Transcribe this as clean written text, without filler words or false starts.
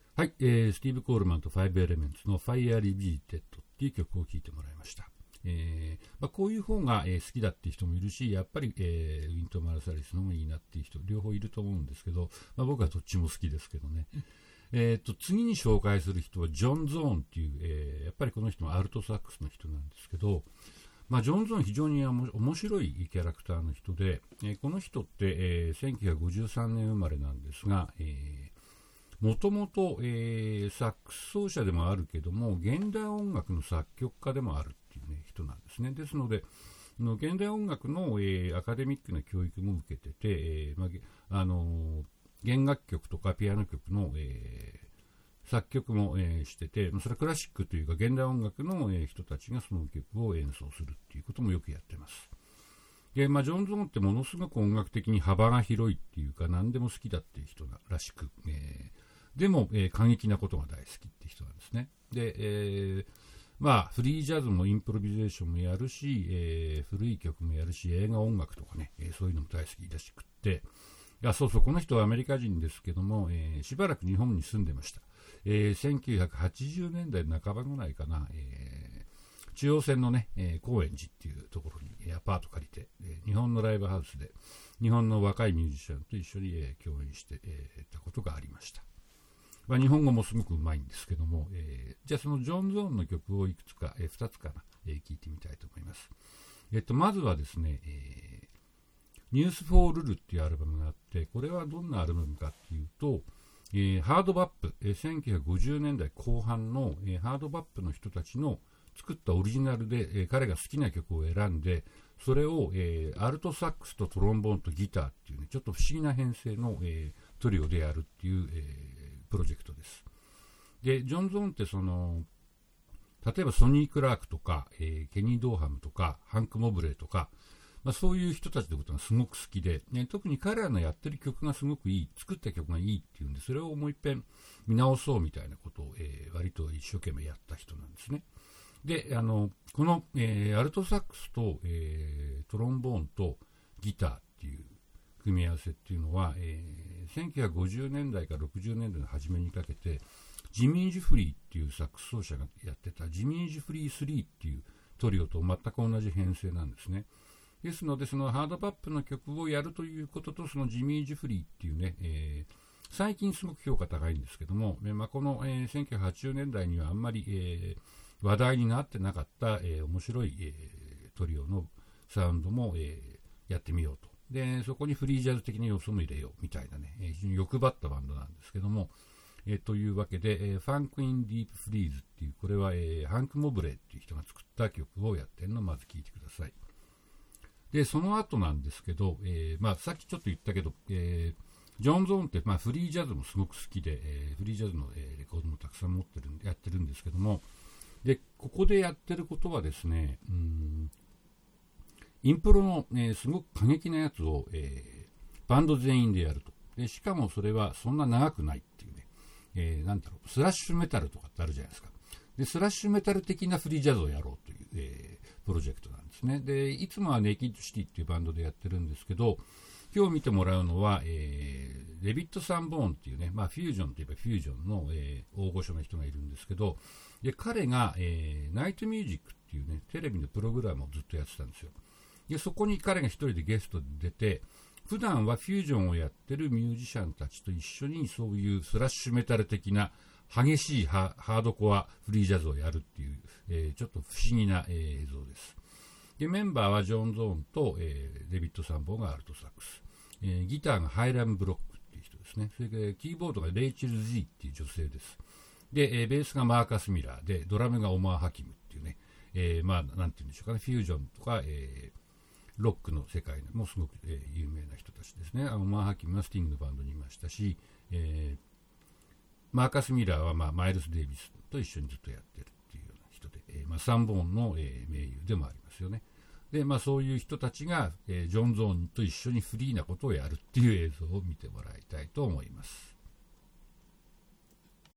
はい、スティーブ・コールマンと5エレメンツの Fire Repeated っていう曲を聴いてもらいました。こういう方が、好きだっていう人もいるし、やっぱり、ウィント・マルサリスの方がいいなっていう人両方いると思うんですけど、僕はどっちも好きですけどね。次に紹介する人はジョン・ゾーンっていう、やっぱりこの人もアルトサックスの人なんですけど、ジョン・ゾーン非常に面白いキャラクターの人で、この人って、1953年生まれなんですが、もともとサックス奏者でもあるけども現代音楽の作曲家でもあるっていう、人なんですね。ですので現代音楽の、アカデミックな教育も受けてて、弦楽曲とかピアノ曲の、作曲も、してて、それはクラシックというか現代音楽の、人たちがその曲を演奏するっていうこともよくやってます。でジョン・ゾーンってものすごく音楽的に幅が広いっていうか何でも好きだっていう人らしく、でも、過激なことが大好きって人なんですね。で、フリージャズもインプロビゼーションもやるし、古い曲もやるし映画音楽とかね、そういうのも大好きらしくって、この人はアメリカ人ですけども、しばらく日本に住んでました。1980年代半ばぐらいかな、中央線のね、高円寺っていうところにアパート借りて、日本のライブハウスで日本の若いミュージシャンと一緒に、共演して、たことがありました。日本語もすごくうまいんですけども、じゃあそのジョン・ゾーンの曲をいくつか、2つかな、聴いてみたいと思います。まずはですね、ニュース・フォー・ルルっていうアルバムがあって、これはどんなアルバムかっていうと、ハードバップ、1950年代後半の、ハードバップの人たちの作ったオリジナルで、彼が好きな曲を選んでそれを、アルトサックスとトロンボーンとギターっていう、ちょっと不思議な編成の、トリオでやるっていう、プロジェクトです。でジョン・ゾーンって例えばソニー・クラークとか、ケニー・ドーハムとかハンク・モブレーとか、そういう人たちのことがすごく好きで、特に彼らのやってる曲がすごくいい、作った曲がいいっていうんでそれをもう一遍見直そうみたいなことを、割と一生懸命やった人なんですね。でこの、アルトサックスと、トロンボーンとギターっていう組み合わせっていうのは、1950年代から60年代の初めにかけてジミー・ジュフリーっていうサックス奏者がやってたジミー・ジュフリー3っていうトリオと全く同じ編成なんですね。ですのでそのハードバップの曲をやるということとそのジミー・ジュフリーっていうね、最近すごく評価高いんですけども、この、1980年代にはあんまり、話題になってなかった、面白い、トリオのサウンドも、やってみようと。でそこにフリージャズ的な要素も入れようみたいなね、非常に欲張ったバンドなんですけども、というわけで、ファンク・イン・ディープ・フリーズっていうこれは、ハンク・モブレーっていう人が作った曲をやってるのをまず聴いてください。でその後なんですけど、さっきちょっと言ったけど、ジョン・ゾーンって、フリージャズもすごく好きで、フリージャズの、レコードもたくさんやってるんですけども、でここでやってることはですね、インプロの、すごく過激なやつを、バンド全員でやると。でしかもそれはそんな長くないっていうね、スラッシュメタルとかってあるじゃないですか。でスラッシュメタル的なフリージャズをやろうという、プロジェクトなんですね。でいつもはネイキッドシティっていうバンドでやってるんですけど、今日見てもらうのは、デビッド・サンボーンっていうね、フュージョンといえばフュージョンの、大御所の人がいるんですけど、で彼が、ナイトミュージックっていうねテレビのプログラムをずっとやってたんですよ。でそこに彼が一人でゲストで出て、普段はフュージョンをやってるミュージシャンたちと一緒にそういうスラッシュメタル的な激しいハードコアフリージャズをやるっていう、ちょっと不思議な、映像です。でメンバーはジョン・ゾーンと、デビッド・サンボーがアルトサックス、ギターがハイラム・ブロックっていう人ですね。それからキーボードがレイチェル・ズーっていう女性です。で、ベースがマーカス・ミラーでドラムがオマー・ハキムっていうね、なんていうんでしょうかね、フュージョンとか、ロックの世界もすごく、有名な人たちですね。オマー・ハキムはスティングのバンドにいましたし、マーカス・ミラーは、マイルス・デイビスと一緒にずっとやってるっていうような人で、サンボーンの、盟友でもありますよね。で、そういう人たちが、ジョン・ゾーンと一緒にフリーなことをやるっていう映像を見てもらいたいと思います。